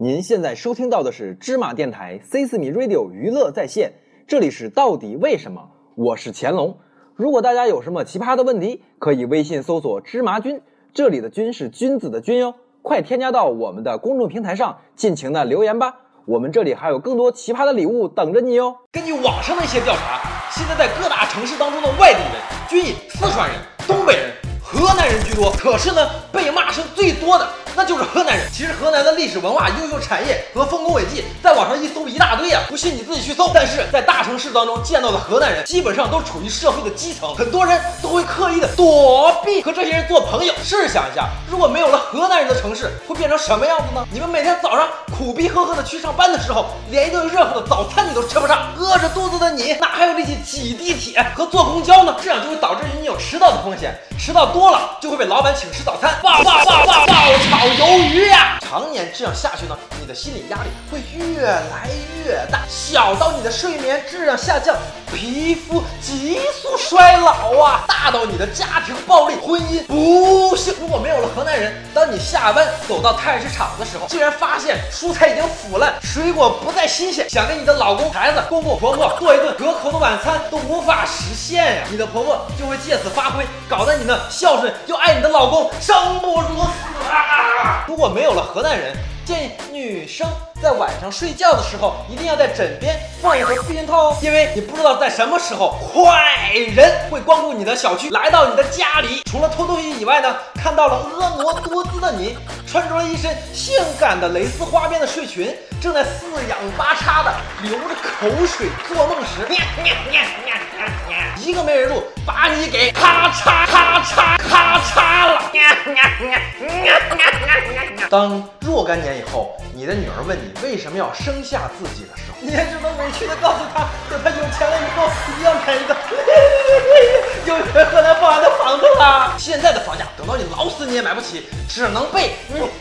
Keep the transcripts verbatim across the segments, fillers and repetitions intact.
您现在收听到的是芝麻电台 C 四 米 Radio 娱乐在线，这里是到底为什么？我是乾隆。如果大家有什么奇葩的问题，可以微信搜索芝麻君，这里的君是君子的君哟，快添加到我们的公众平台上，尽情的留言吧。我们这里还有更多奇葩的礼物等着你哟。 根据网上的一些调查，现在在各大城市当中的外地人均以四川人、东北人、河南人居多。可是呢，被骂声最多的那就是河南人。其实河南的历史文化、优秀产业和丰功伟绩，在网上一搜一大堆啊，不信你自己去搜。但是在大城市当中见到的河南人，基本上都处于社会的基层，很多人都会刻意的躲避和这些人做朋友。试想一下，如果没有了河南人的城市，会变成什么样子呢？你们每天早上苦逼呵呵的去上班的时候，连一顿热乎的早餐你都吃不上，饿着肚子的你哪还有力气挤地铁和坐公交呢？这样就会导致你有迟到的风险，迟到多了就会被老板请吃早餐，爆爆爆爆爆炒鱿鱼呀！常年这样下去呢，你的心理压力会越来越大，小到你的睡眠质量下降，皮肤急速衰老啊，大到你的家庭暴力、婚姻不幸。如果没有了河南人，当你下班走到菜市场的时候，竟然发现蔬菜已经腐烂，水果不再新鲜，想给你的老公、孩子、公公婆婆做一顿可口的晚餐都无法实现呀！你的婆婆就会借此发挥，搞得你呢孝顺又爱你的老公生不如死啊！如果没有了河南人，建议女生在晚上睡觉的时候一定要在枕边放一盒避孕套哦，因为你不知道在什么时候坏人会光顾你的小区，来到你的家里，除了偷东西以外呢，看到了婀娜多姿的你，穿着了一身性感的蕾丝花边的睡裙，正在四仰八叉的流着口水做梦时，一个没人路把你给咔嚓咔嚓咔嚓了。当若干年以后，你的女儿问你为什么要生下自己的时候，你也只能委屈的告诉她，等她有钱了以后一定要买一个有缘河南保安的房子啦。现在的房价等到你老死你也买不起，只能被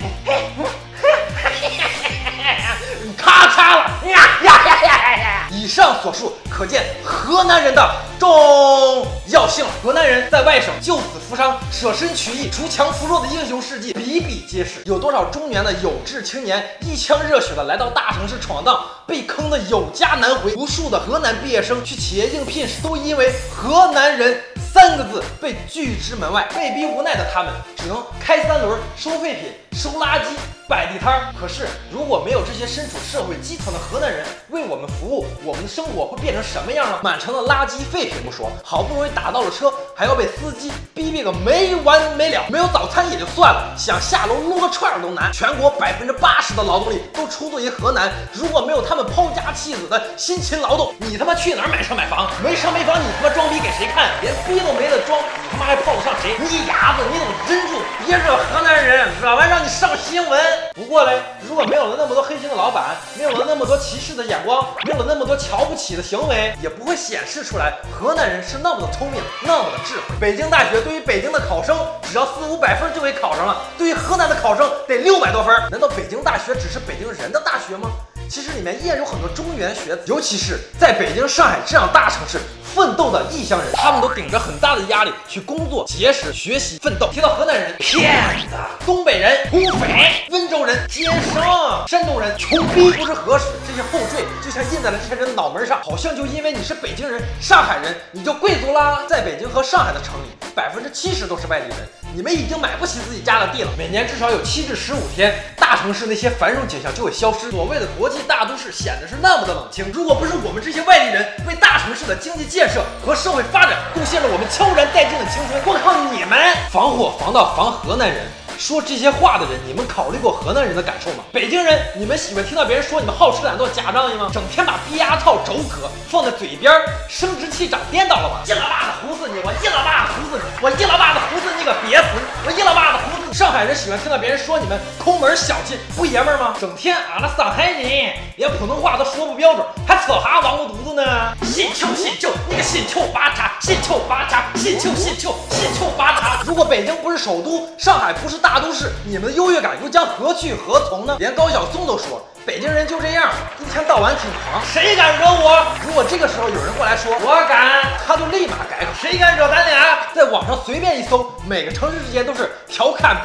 咔嚓了。以上所述可见河南人的重要性。河南人在外省救死扶伤、舍身取义、锄强扶弱的英雄事迹比比皆是。有多少中年的有志青年一腔热血的来到大城市闯荡，被坑的有家难回。无数的河南毕业生去企业应聘时，都因为河南人三个字被拒之门外。被逼无奈的他们只能开三轮、收废品、收垃圾、摆地摊。可是如果没有这些身处社会基层的河南人为我们服务，我们的生活会变成什么样呢？满城的垃圾废品不说，好不容易打到了车，还要被司机逼逼个没完没了。没有早餐也就算了，想下楼撸个串都难。全国百分之八十的劳动力都出自于河南，如果没有他们抛家弃子的辛勤劳动，你他妈去哪儿买车买房？没车没房，你他妈装逼给谁看？连逼都没得装，你他妈还泡得上谁？你哑子，你怎么忍住？别惹河南人，惹完让你上新闻。不过嘞，如果没有了那么多黑心的老板，没有了那么多歧视的眼光，没有了那么多瞧不起的行为，也不会显示出来河南人是那么的聪明，那么的智慧。北京大学对于北京的考生只要四五百分就给考上了，对于河南的考生得六百多分。难道北京大学只是北京人的大学吗？其实里面依然有很多中原学子，尤其是在北京、上海这样大城市奋斗的异乡人，他们都顶着很大的压力去工作、节食、学习、奋斗。提到河南人，骗子；东北人，土匪；温州人，奸商；山东人，穷逼。不知何时，这些后缀就像印在了这些人脑门上，好像就因为你是北京人、上海人，你就贵族啦。在北京和上海的城里，百分之七十都是外地人，你们已经买不起自己家的地了。每年至少有七至十五天，大城市那些繁荣景象就会消失。所谓的国际大都市显得是那么的冷清。如果不是我们这些外地人为大城市的经济建设和社会发展贡献了我们悄然殆尽的青春，光靠你们防火防到防河南人。说这些话的人，你们考虑过河南人的感受吗？北京人，你们喜欢听到别人说你们好吃懒做假仗义吗？整天把逼牙套肘壳放在嘴边，生殖器长颠倒了吧？一老爸的胡子你，我一老爸的胡子你，我一老爸的胡子你个瘪死你，我一老爸的胡子你。上海人喜欢听到别人说你们抠门小气不爷们儿吗？整天俺了上海人，连普通话都说不标准，还扯哈王八犊子呢？新秋新秋，你个新秋八叉，新秋八叉，新秋新秋新秋八叉。如果北京不是首都，上海不是大都市，你们的优越感又将何去何从呢？连高晓松都说北京人就这样，一天到晚挺狂，谁敢惹我？如果这个时候有人过来说我敢，他就立马改口，谁敢惹咱俩？在网上随便一搜，每个城市之间都是调侃不尽、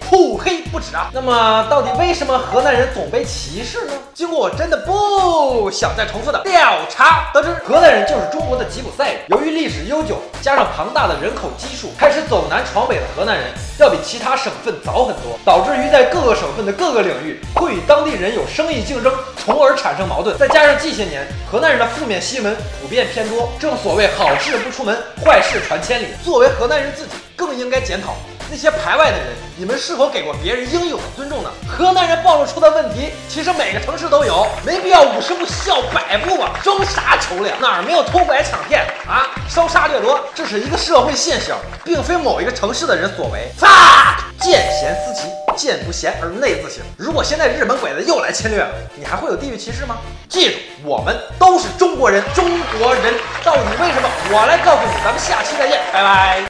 腹黑不止啊。那么到底为什么河南人总被歧视呢？经过我真的不想再重复的调查得知，河南人就是中国的吉普赛人。由于历史悠久，加上庞大的人口基数，开始走南闯北的河南人要比其他省份早很多，导致于在各个省份的各个领域会与当地人有生意竞争，从而产生矛盾。再加上近些年河南人的负面新闻普遍偏多，正所谓好事不出门，坏事传千里。作为河南人自己，更应该检讨那些排外的人，你们是否给过别人应有的尊重呢？河南人暴露出的问题，其实每个城市都有，没必要五十步笑百步啊！争啥球粮？哪儿没有偷拐抢骗啊？烧杀掠夺，这是一个社会现象，并非某一个城市的人所为。fuck， 见贤思齐，见不贤而内自省。如果现在日本鬼子又来侵略了，你还会有地域歧视吗？记住，我们都是中国人，中国人到底为什么？我来告诉你，咱们下期再见，拜拜。